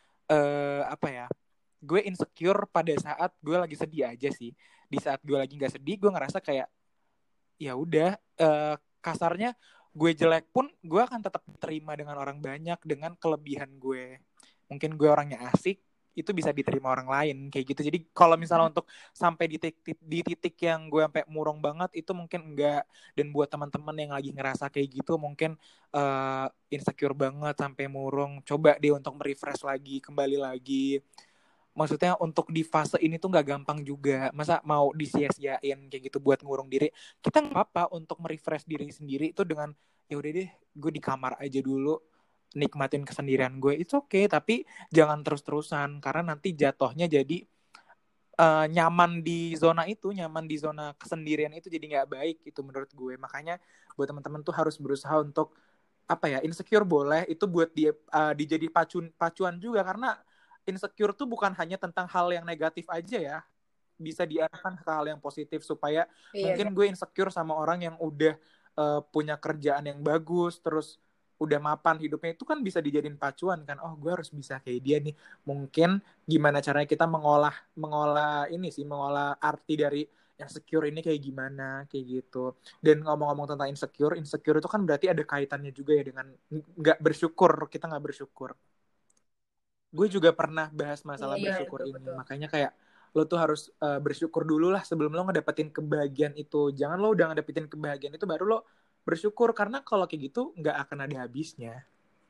gue insecure pada saat gue lagi sedih aja sih. Di saat gue lagi gak sedih, gue ngerasa kayak ya udah, kasarnya gue jelek pun gue akan tetap terima dengan orang banyak dengan kelebihan gue. Mungkin gue orangnya asik, itu bisa diterima orang lain kayak gitu. Jadi kalau misalnya untuk sampai di titik yang gue sampai murung banget, itu mungkin enggak. Dan buat teman-teman yang lagi ngerasa kayak gitu, mungkin insecure banget sampai murung, coba deh untuk merefresh lagi, kembali lagi. Maksudnya untuk di fase ini tuh gak gampang juga. Masa mau disia-siain kayak gitu buat ngurung diri. Kita gak apa-apa untuk merefresh diri sendiri itu dengan ya udah deh gue di kamar aja dulu, nikmatin kesendirian gue, it's okay. Tapi jangan terus-terusan, karena nanti jatuhnya jadi nyaman di zona kesendirian itu jadi gak baik itu menurut gue. Makanya buat teman-teman tuh harus berusaha untuk insecure boleh, itu buat dijadi pacuan juga, karena insecure tuh bukan hanya tentang hal yang negatif aja ya, bisa diarahkan ke hal yang positif, supaya mungkin gue insecure sama orang yang udah punya kerjaan yang bagus, terus udah mapan hidupnya, itu kan bisa dijadiin pacuan kan. Oh, gue harus bisa kayak dia nih. Mungkin gimana caranya kita mengolah arti dari insecure ini kayak gimana, kayak gitu. Dan ngomong-ngomong tentang insecure itu kan berarti ada kaitannya juga ya dengan nggak bersyukur. Kita nggak bersyukur. Gue juga pernah bahas masalah bersyukur ini. Betul. Makanya kayak lo tuh harus bersyukur dulu lah sebelum lo ngedapetin kebahagiaan itu. Jangan lo udah ngedapetin kebahagiaan itu baru lo bersyukur, karena kalau kayak gitu nggak akan ada habisnya.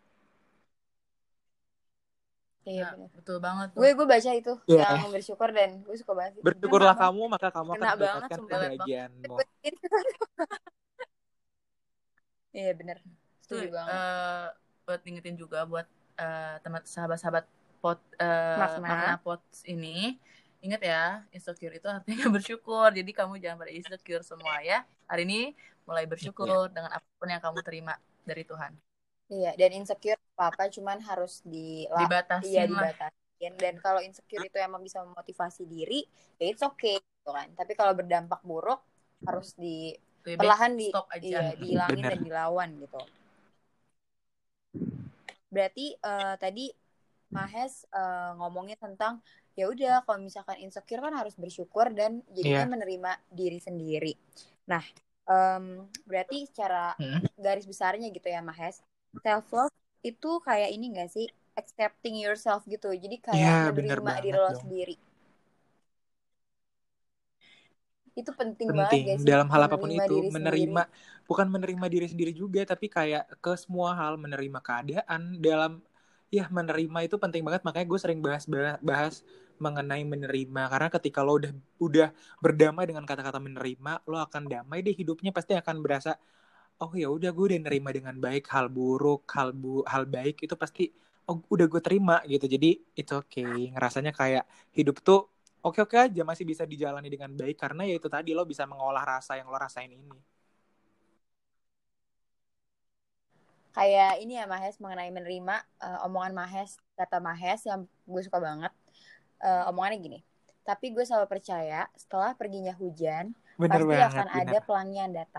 Iya, betul banget tuh. Gue baca itu yang bersyukur, dan gue suka banget. Bersyukurlah kamu, maka kamu akan mendapatkan kebahagiaanmu. Iya benar. Setuju banget. Buat ngingetin juga buat teman sahabat-sahabat makna pot ini, ingat ya, insecure itu artinya bersyukur. Jadi kamu jangan pada insecure semua ya. Hari ini mulai bersyukur dengan apapun yang kamu terima dari Tuhan. Iya, dan insecure apa-apa cuman harus dibatasin. Iya, dibatasin. Dan kalau insecure itu emang bisa memotivasi diri, ya it's okay gitu kan. Tapi kalau berdampak buruk harus perlahan dihilangin dan dilawan gitu. Berarti tadi Mahes ngomongin tentang ya udah kalau misalkan insecure kan harus bersyukur dan jadinya menerima diri sendiri. Nah, berarti secara garis besarnya gitu ya Mahes, self love itu kayak ini nggak sih, accepting yourself gitu. Jadi kayak menerima diri lo sendiri. Itu penting banget guys. Dalam hal apapun itu, bukan menerima diri sendiri juga, tapi kayak ke semua hal, menerima keadaan dalam menerima itu penting banget. Makanya gue sering bahas mengenai menerima, karena ketika lo udah berdamai dengan kata-kata menerima, lo akan damai deh hidupnya. Pasti akan berasa, oh ya udah, gue udah nerima dengan baik, hal buruk, hal baik itu pasti udah gue terima gitu. Jadi it's okay, ngerasanya kayak hidup tuh oke aja, masih bisa dijalani dengan baik, karena ya itu tadi, lo bisa mengolah rasa yang lo rasain ini. Kayak ini ya Mahes, mengenai menerima, omongan Mahes, kata Mahes yang gue suka banget, omongannya gini, tapi gue selalu percaya setelah perginya hujan, pasti akan ada pelangi yang datang.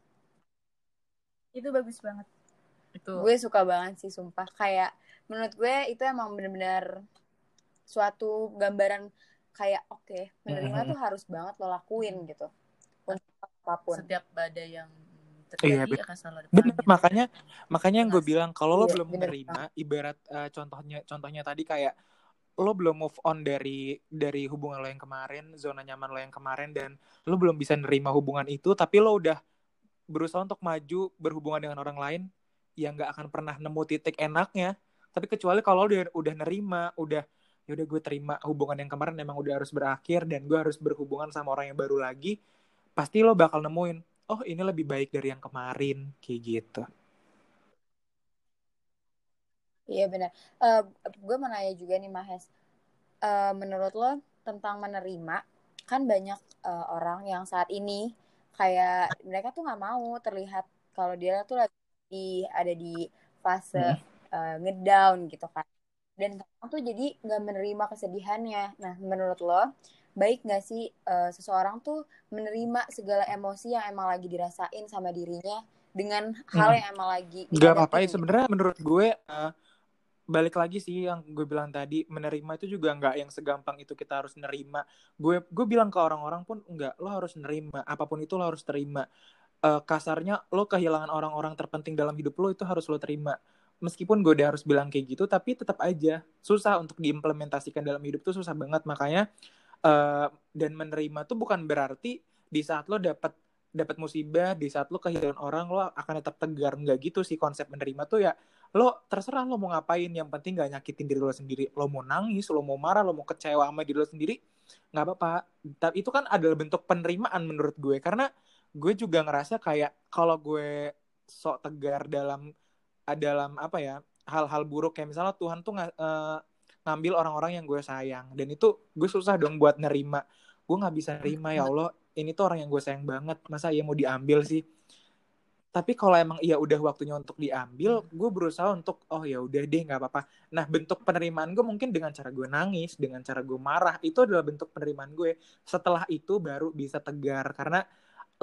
Itu bagus banget. Gue suka banget sih, sumpah. Kayak menurut gue itu emang benar-benar suatu gambaran kayak oke, menerima tuh harus banget lo lakuin gitu. Untuk apapun. Setiap badai yang terjadi akan selalu ada pelangi. Bener, makanya yang gue bilang, kalau lo belum menerima, ibarat contohnya tadi kayak lo belum move on dari hubungan lo yang kemarin, zona nyaman lo yang kemarin, dan lo belum bisa nerima hubungan itu, tapi lo udah berusaha untuk maju berhubungan dengan orang lain yang gak akan pernah nemu titik enaknya. Tapi kecuali kalau lo udah nerima, ya udah gue terima hubungan yang kemarin emang udah harus berakhir dan gue harus berhubungan sama orang yang baru lagi, pasti lo bakal nemuin, oh ini lebih baik dari yang kemarin, kayak gitu. Iya benar. Gue mau nanya juga nih Mahes, menurut lo tentang menerima, kan banyak orang yang saat ini kayak mereka tuh nggak mau terlihat kalau dia tuh lagi ada di fase ngedown gitu kan, dan orang tuh jadi nggak menerima kesedihannya. Nah, menurut lo baik nggak sih seseorang tuh menerima segala emosi yang emang lagi dirasain sama dirinya dengan hal yang emang lagi nggak apa-apa sebenarnya. Menurut gue balik lagi sih yang gue bilang tadi, menerima itu juga nggak yang segampang itu kita harus nerima. Gue bilang ke orang-orang pun enggak, lo harus nerima apapun itu, lo harus terima. Kasarnya lo kehilangan orang-orang terpenting dalam hidup lo, itu harus lo terima. Meskipun gue udah harus bilang kayak gitu, tapi tetap aja susah untuk diimplementasikan dalam hidup tuh, susah banget. Makanya dan menerima tuh bukan berarti di saat lo dapat musibah, di saat lo kehilangan orang, lo akan tetap tegar. Nggak gitu sih konsep menerima tuh. Ya lo terserah lo mau ngapain, yang penting gak nyakitin diri lo sendiri. Lo mau nangis, lo mau marah, lo mau kecewa sama diri lo sendiri, gak apa-apa. Tapi itu kan adalah bentuk penerimaan menurut gue. Karena gue juga ngerasa kayak kalau gue sok tegar dalam apa ya, hal-hal buruk, kayak misalnya Tuhan tuh ngambil orang-orang yang gue sayang, dan itu gue susah dong buat nerima. Gue gak bisa nerima, ya Allah ini tuh orang yang gue sayang banget, masa ia mau diambil sih. Tapi kalau emang iya udah waktunya untuk diambil, gue berusaha untuk oh ya udah deh, nggak apa-apa. Nah, bentuk penerimaan gue mungkin dengan cara gue nangis, dengan cara gue marah, itu adalah bentuk penerimaan gue. Setelah itu baru bisa tegar, karena lo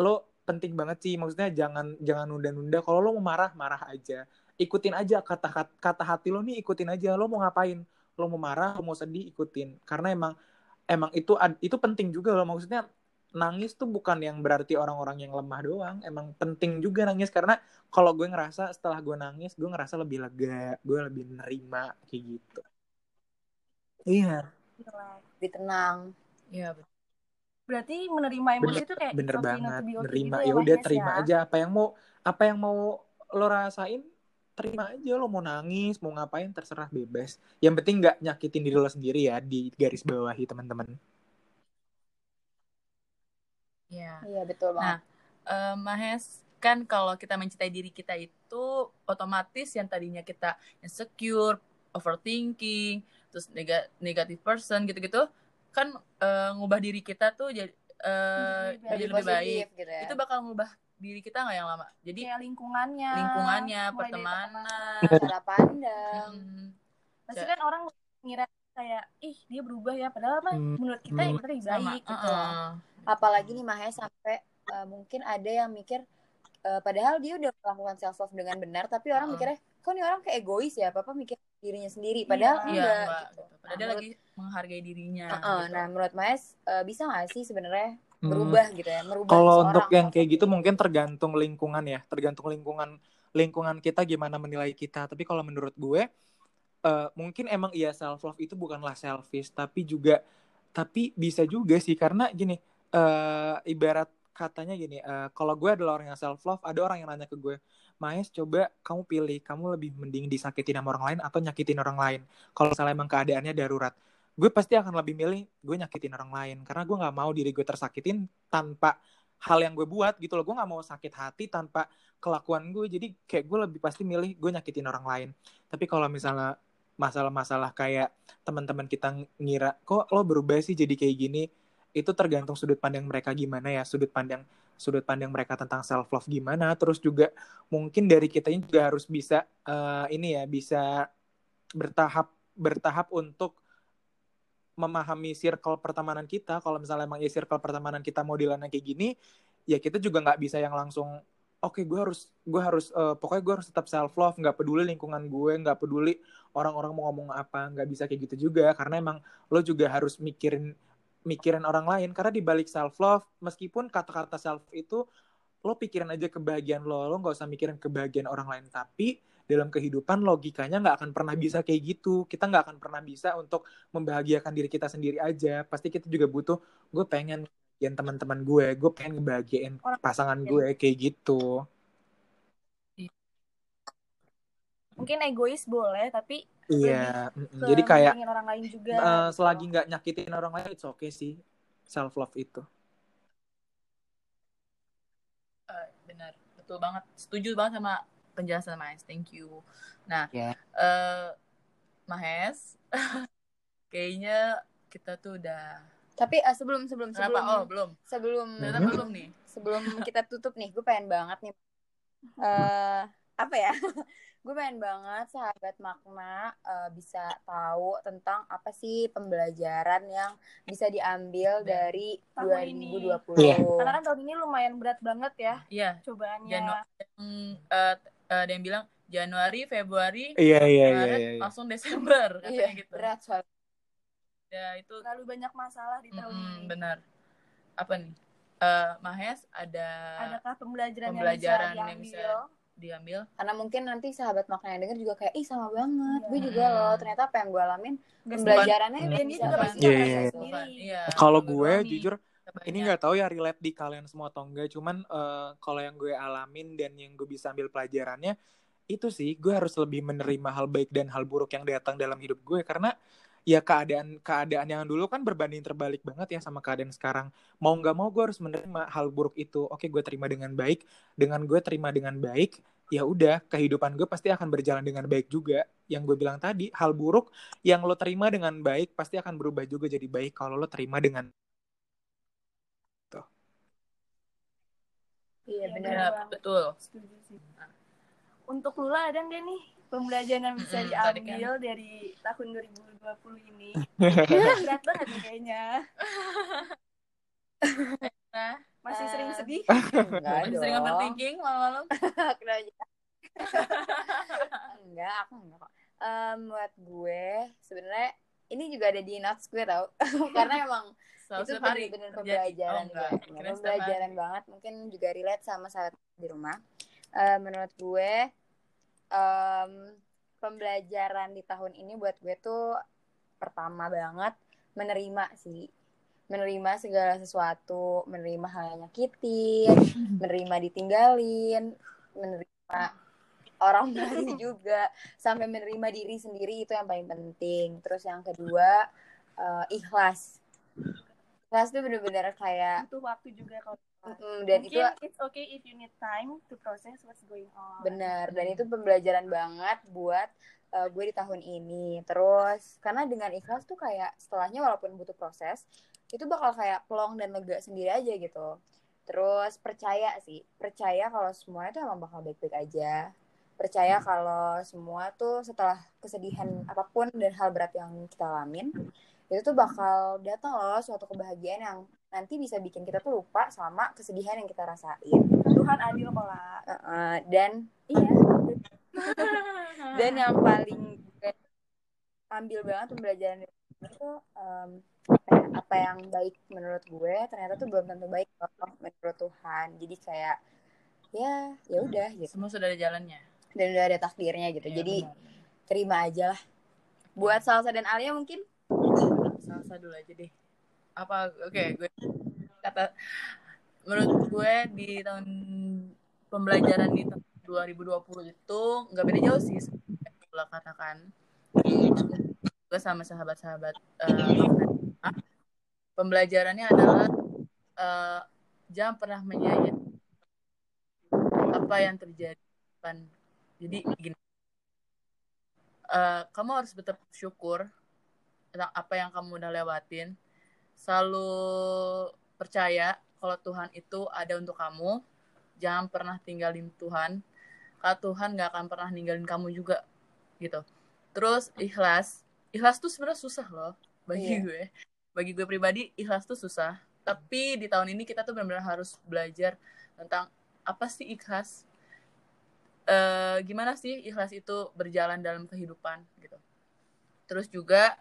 penting banget sih. Maksudnya jangan nunda-nunda. Kalau lo mau marah aja. Ikutin aja kata hati lo nih, ikutin aja. Lo mau ngapain? Lo mau marah, lo mau sedih, ikutin. Karena emang itu penting juga loh. Maksudnya nangis tuh bukan yang berarti orang-orang yang lemah doang. Emang penting juga nangis, karena kalau gue ngerasa setelah gue nangis, gue ngerasa lebih lega, gue lebih nerima kayak gitu. Iya. Lebih tenang. Iya. Berarti menerima emosi itu kayak bener banget. Nerima, gitu ya udah terima ya. aja apa yang mau lo rasain, terima aja. Lo mau nangis, mau ngapain, terserah, bebas. Yang penting nggak nyakitin diri lo sendiri ya, di garis bawahi teman-teman. Iya betul banget. Nah, Mahes, kan kalau kita mencintai diri kita itu otomatis yang tadinya kita insecure, overthinking, terus negative person gitu-gitu, kan ngubah diri kita tuh jadi lebih baik gitu ya. Itu bakal ngubah diri kita nggak yang lama? Jadi kayak lingkungannya, pertemanan, cara pandang. Pasti kan orang ngira kayak dia berubah ya, padahal mah menurut kita kita lebih baik gitu. Apalagi nih Mahes sampai mungkin ada yang mikir padahal dia udah melakukan self love dengan benar, tapi orang mikirnya kok nih orang kayak egois ya, apa mikir dirinya sendiri, padahal enggak gitu. Padahal dia lagi menghargai dirinya gitu. Nah menurut Mahes bisa nggak sih sebenarnya berubah gitu ya, merubah kalau seorang? untuk yang kayak gitu mungkin tergantung lingkungan ya, tergantung lingkungan kita gimana menilai kita. Tapi kalau menurut gue mungkin emang iya self love itu bukanlah selfish, tapi bisa juga sih, karena gini, ibarat katanya gini, kalau gue adalah orang yang self love, ada orang yang nanya ke gue, Maes, coba kamu pilih, kamu lebih mending disakitin sama orang lain atau nyakitin orang lain. Kalau misalnya emang keadaannya darurat, gue pasti akan lebih milih gue nyakitin orang lain, karena gue nggak mau diri gue tersakitin tanpa hal yang gue buat gitu loh. Gue nggak mau sakit hati tanpa kelakuan gue, jadi kayak gue lebih pasti milih gue nyakitin orang lain. Tapi kalau misalnya masalah-masalah kayak teman-teman kita ngira kok lo berubah sih jadi kayak gini, itu tergantung sudut pandang mereka gimana ya, sudut pandang mereka tentang self love gimana. Terus juga mungkin dari kita ini juga harus bisa bisa bertahap untuk memahami circle pertemanan kita. Kalau misalnya emang circle pertemanan kita modelannya kayak gini, ya kita juga nggak bisa yang langsung gue harus pokoknya gue harus tetap self love, nggak peduli lingkungan gue, nggak peduli orang-orang mau ngomong apa, nggak bisa kayak gitu juga. Karena emang lo juga harus mikirin orang lain, karena di balik self love, meskipun kata-kata self itu lo pikirin aja kebahagiaan lo nggak usah mikirin kebahagiaan orang lain. Tapi dalam kehidupan logikanya nggak akan pernah bisa kayak gitu. Kita nggak akan pernah bisa untuk membahagiakan diri kita sendiri aja. Pasti kita juga butuh, gue pengen ngebahagiain teman-teman gue pengen ngebahagiain pasangan gue kayak gitu. Mungkin egois boleh, tapi iya, jadi kayak orang lain juga, selagi nggak nyakitin orang lain, it's okay sih self love itu. Benar, betul banget, setuju banget sama penjelasan Mahes, thank you. Nah, Mahes, kayaknya kita tuh udah. Tapi sebelum nih. Sebelum kita tutup nih, gue pengen banget nih gue pengen banget sahabat makna bisa tahu tentang apa sih pembelajaran yang bisa diambil dari 2020. Karena kan tahun ini lumayan berat banget ya. Iya. Cobaannya. Ada yang bilang Januari, Februari, Maret, langsung Desember, katanya gitu. Berat soalnya. Ya itu terlalu banyak masalah di tahun ini. Benar. Apa nih? Mahes, adakah pembelajaran yang bisa diambil? Karena mungkin nanti sahabat makna yang denger juga kayak sama banget. Gue juga loh, ternyata apa yang gue alamin pembelajarannya bisa Kalau gue jujur ini nggak tahu ya relate di kalian semua atau enggak, cuman kalau yang gue alamin dan yang gue bisa ambil pelajarannya itu sih, gue harus lebih menerima hal baik dan hal buruk yang datang dalam hidup gue. Karena ya keadaan yang dulu kan berbanding terbalik banget ya sama keadaan sekarang. Mau nggak mau gue harus menerima hal buruk itu. Oke, gue terima dengan baik. Dengan gue terima dengan baik, ya udah, kehidupan gue pasti akan berjalan dengan baik juga. Yang gue bilang tadi, hal buruk yang lo terima dengan baik pasti akan berubah juga jadi baik kalau lo terima dengan Iya benar, betul. Untuk Lula ada nggak nih pembelajaran yang bisa diambil dari tahun 2020 ini? Berat banget nih kayaknya. Masih sering sedih? Enggak dong. Sering overthinking malam-malam? Enggak, aku enggak kok. Buat gue sebenarnya ini juga ada di notes gue tau. Karena emang itu benar-benar pembelajaran pembelajaran banget. Mungkin juga relate sama saat di rumah. Menurut gue pembelajaran di tahun ini buat gue tuh pertama banget menerima segala sesuatu, menerima hal yang nyakitin, menerima ditinggalin, menerima orang baru juga, sampai menerima diri sendiri, itu yang paling penting. Terus yang kedua ikhlas tuh benar-benar kayak butuh waktu juga kalau dan mungkin itu it's okay if you need time to process what's going on. Benar, dan itu pembelajaran banget buat gue di tahun ini. Terus karena dengan ikhlas tuh kayak setelahnya walaupun butuh proses, itu bakal kayak plong dan lega sendiri aja gitu. Terus percaya kalau semua itu emang bakal baik-baik aja. Percaya kalau semua tuh setelah kesedihan apapun dan hal berat yang kita alamin, itu tuh bakal datang loh suatu kebahagiaan yang nanti bisa bikin kita tuh lupa sama kesedihan yang kita rasain. Tuhan adil kok lah. Dan dan yang paling gue ambil banget pembelajaran itu apa yang baik menurut gue ternyata tuh belum tentu baik menurut Tuhan. Jadi kayak ya udah gitu. Semua sudah ada jalannya dan udah ada takdirnya gitu. Ya, jadi benar. Terima aja lah. Buat Salsa dan Alia mungkin Salsa dulu aja deh. Gue kata menurut gue di tahun pembelajaran di tahun 2020 itu nggak beda jauh sih seperti yang katakan gue sama sahabat-sahabat pembelajarannya adalah jangan pernah menyayangkan apa yang terjadi kan. Jadi gini, kamu harus tetap bersyukur tentang apa yang kamu udah lewatin. Selalu percaya kalau Tuhan itu ada untuk kamu. Jangan pernah tinggalin Tuhan. Karena Tuhan gak akan pernah ninggalin kamu juga gitu. Terus ikhlas tuh sebenarnya susah loh bagi gue. Bagi gue pribadi ikhlas tuh susah. Tapi di tahun ini kita tuh benar-benar harus belajar tentang apa sih ikhlas. Gimana sih ikhlas itu berjalan dalam kehidupan gitu. Terus juga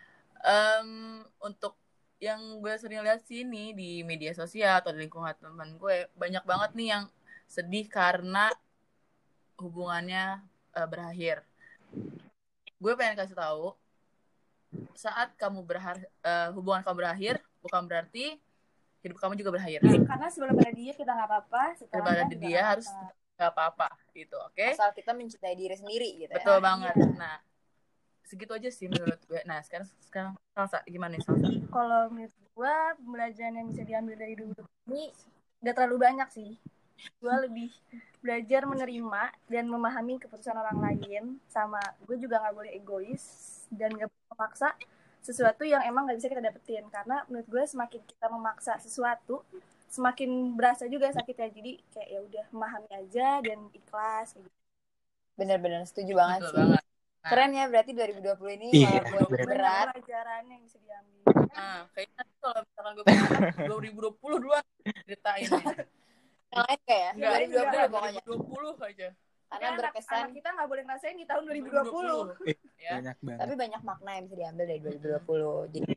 untuk yang gue sering lihat sini di media sosial atau di lingkungan teman gue, banyak banget nih yang sedih karena hubungannya berakhir. Gue pengen kasih tahu, saat kamu hubungan kamu berakhir, bukan berarti hidup kamu juga berakhir. Karena sebelum ada dia kita nggak apa-apa, setelah ada dia harus nggak apa-apa, gitu, oke? Asal kita mencintai diri sendiri, gitu. Betul banget. Iya. Nah, segitu aja sih menurut gue. Nah, sekarang Salsa, gimana nih Salsa? Kalau menurut gue pembelajaran yang bisa diambil dari dulu ini udah terlalu banyak sih. Gue lebih belajar menerima dan memahami keputusan orang lain, sama gue juga nggak boleh egois dan nggak boleh memaksa sesuatu yang emang nggak bisa kita dapetin. Karena menurut gue semakin kita memaksa sesuatu, semakin berasa juga sakitnya. Jadi kayak ya udah memahami aja dan ikhlas. Bener-bener setuju banget. Betul sih. Banget. Keren ya, berarti 2020 ini buat berat pelajaran yang bisa diambil. Nah, kayaknya kalau misalkan gue pengen 2020 duluan ceritain ya. Yang lain kayak ya? Enggak, 2020 pokoknya. 2020 aja. Karena berkesan. Anak kita nggak boleh ngerasain di tahun 2020. Ya. Banyak banget. Tapi banyak makna yang bisa diambil dari 2020. Jadi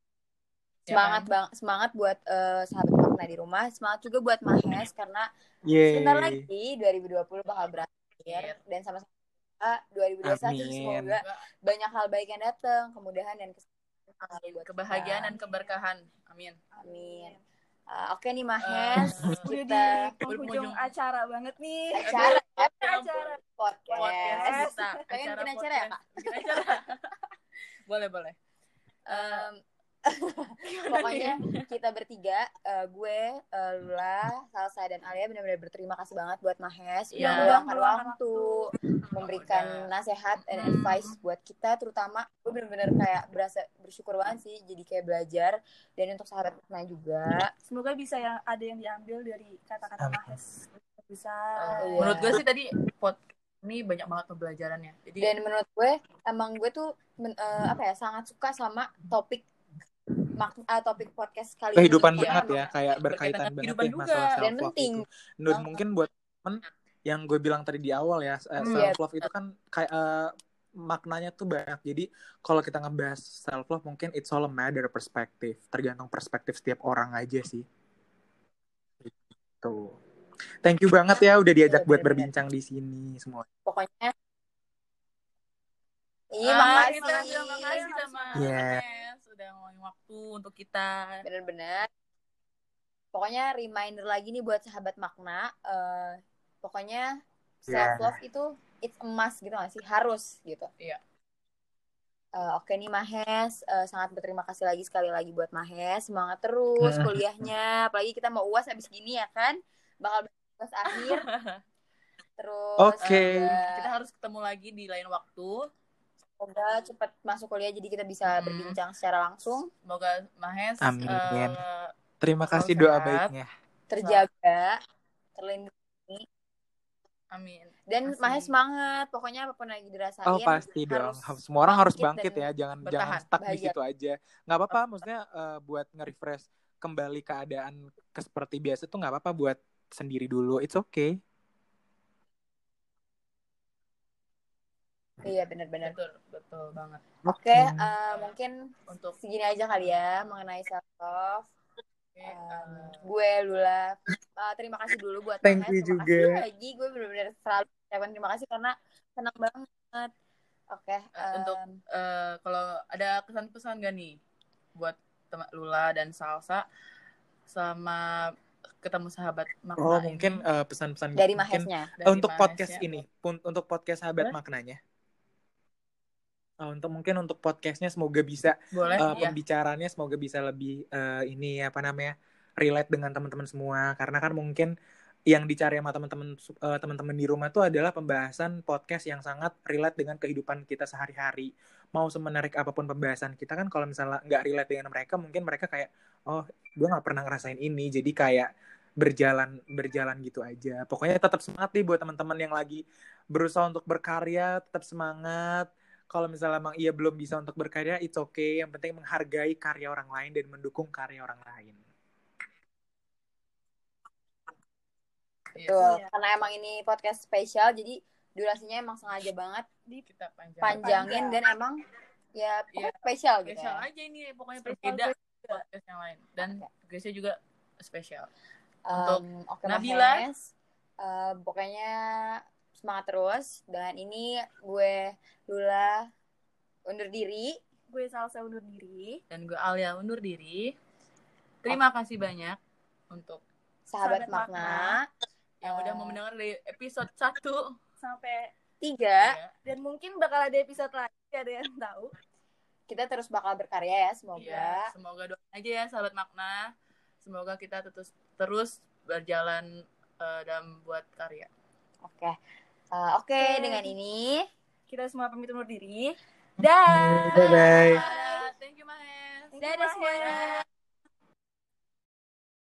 ya, semangat buat sahabat makna di rumah. Semangat juga buat Mahes karena sebentar lagi 2020 bakal berakhir. Dan sama-sama 2021 semoga banyak hal baik yang datang, kemudahan dan kebahagiaan dan keberkahan. Amin. Oke nih Mahes, kita di penghujung acara banget nih. Acara podcast. Pengen bikin acara ya, Kak? Bikin acara. Boleh. Pokoknya kita bertiga, gue, Lula, Salsa dan Alia benar-benar berterima kasih banget buat Mahes udah meluangkan waktu, memberikan nasihat dan advice buat kita, terutama gue benar-benar kayak berasa bersyukur banget sih, jadi kayak belajar. Dan untuk sahabat Makna juga, semoga bisa ada yang diambil dari kata-kata Mahes. Bisa. Menurut gue sih tadi ini banyak banget pembelajarannya. Dan menurut gue emang gue tuh sangat suka sama topik topik podcast kali kehidupan ini banget ya, kayak berkaitan banget ya masalah self dan love penting. itu. Dan mungkin buat temen yang gue bilang tadi di awal ya, self love itu kan kayak maknanya tuh banyak. Jadi kalau kita ngebahas self love mungkin it's all a matter perspective, tergantung perspektif setiap orang aja sih. Gitu. Thank you banget ya udah diajak buat berbincang di sini semua. Pokoknya makasih sama sudah ngomongin waktu untuk kita. Bener-bener. Pokoknya reminder lagi nih buat sahabat makna, pokoknya self love itu it's a must gitu gak sih? Harus gitu. Iya. Oke nih Mahes, sangat berterima kasih lagi sekali lagi buat Mahes. Semangat terus kuliahnya, apalagi kita mau UAS abis gini ya kan, bakal UAS akhir. Terus kita harus ketemu lagi di lain waktu. Semoga cepat masuk kuliah jadi kita bisa berbincang secara langsung. Semoga Mahes terima kasih doa baiknya, terjaga, terlindungi. Amin. Dan Mahes semangat, pokoknya apapun lagi dirasain. Oh pasti dong, semua orang harus bangkit ya, jangan stuck di situ aja. Nggak apa-apa, maksudnya buat nge-refresh kembali keadaan seperti biasa tuh nggak apa-apa, buat sendiri dulu, it's okay. Iya benar-benar. Betul banget. Oke, mungkin untuk segini aja kali ya mengenai self love. Gue Lula, terima kasih dulu buat Thank you juga. Lagi gue benar-benar selalu ucapkan terima kasih karena senang banget. Oke. Untuk kalau ada kesan-pesan gak nih buat teman Lula dan Salsa sama ketemu sahabat makna ini? Mungkin pesan-pesan dari Mahesnya. Untuk podcast ini, untuk podcast sahabat maknanya. Untuk podcastnya semoga bisa pembicaranya semoga bisa lebih relate dengan teman-teman semua, karena kan mungkin yang dicari sama teman-teman di rumah tuh adalah pembahasan podcast yang sangat relate dengan kehidupan kita sehari-hari. Mau semenarik apapun pembahasan kita kan, kalau misalnya nggak relate dengan mereka, mungkin mereka kayak gue nggak pernah ngerasain ini, jadi kayak berjalan gitu aja. Pokoknya tetap semangat nih buat teman-teman yang lagi berusaha untuk berkarya, tetap semangat. Kalau misalnya emang ia belum bisa untuk berkarya, it's okay. Yang penting menghargai karya orang lain dan mendukung karya orang lain. Betul, karena emang ini podcast spesial, jadi durasinya emang sengaja banget kita panjangin dan emang ya spesial gitu. Spesial aja ini, pokoknya berbeda podcast yang lain. Dan guysnya juga spesial. Untuk Nabila, pokoknya semangat terus. Dan ini gue Lula undur diri, gue Salsa undur diri, dan gue Alia undur diri. Terima kasih banyak untuk sahabat makna yang udah mau mendengar dari episode 1 sampai 3. Dan mungkin bakal ada episode lagi, ada yang tahu. Kita terus bakal berkarya ya, semoga. Semoga doain aja ya sahabat makna. Semoga kita terus berjalan dalam buat karya. Oke, dengan ini kita semua pamit undur diri. Bye-bye. Thank you, Mahes. Dadah semua.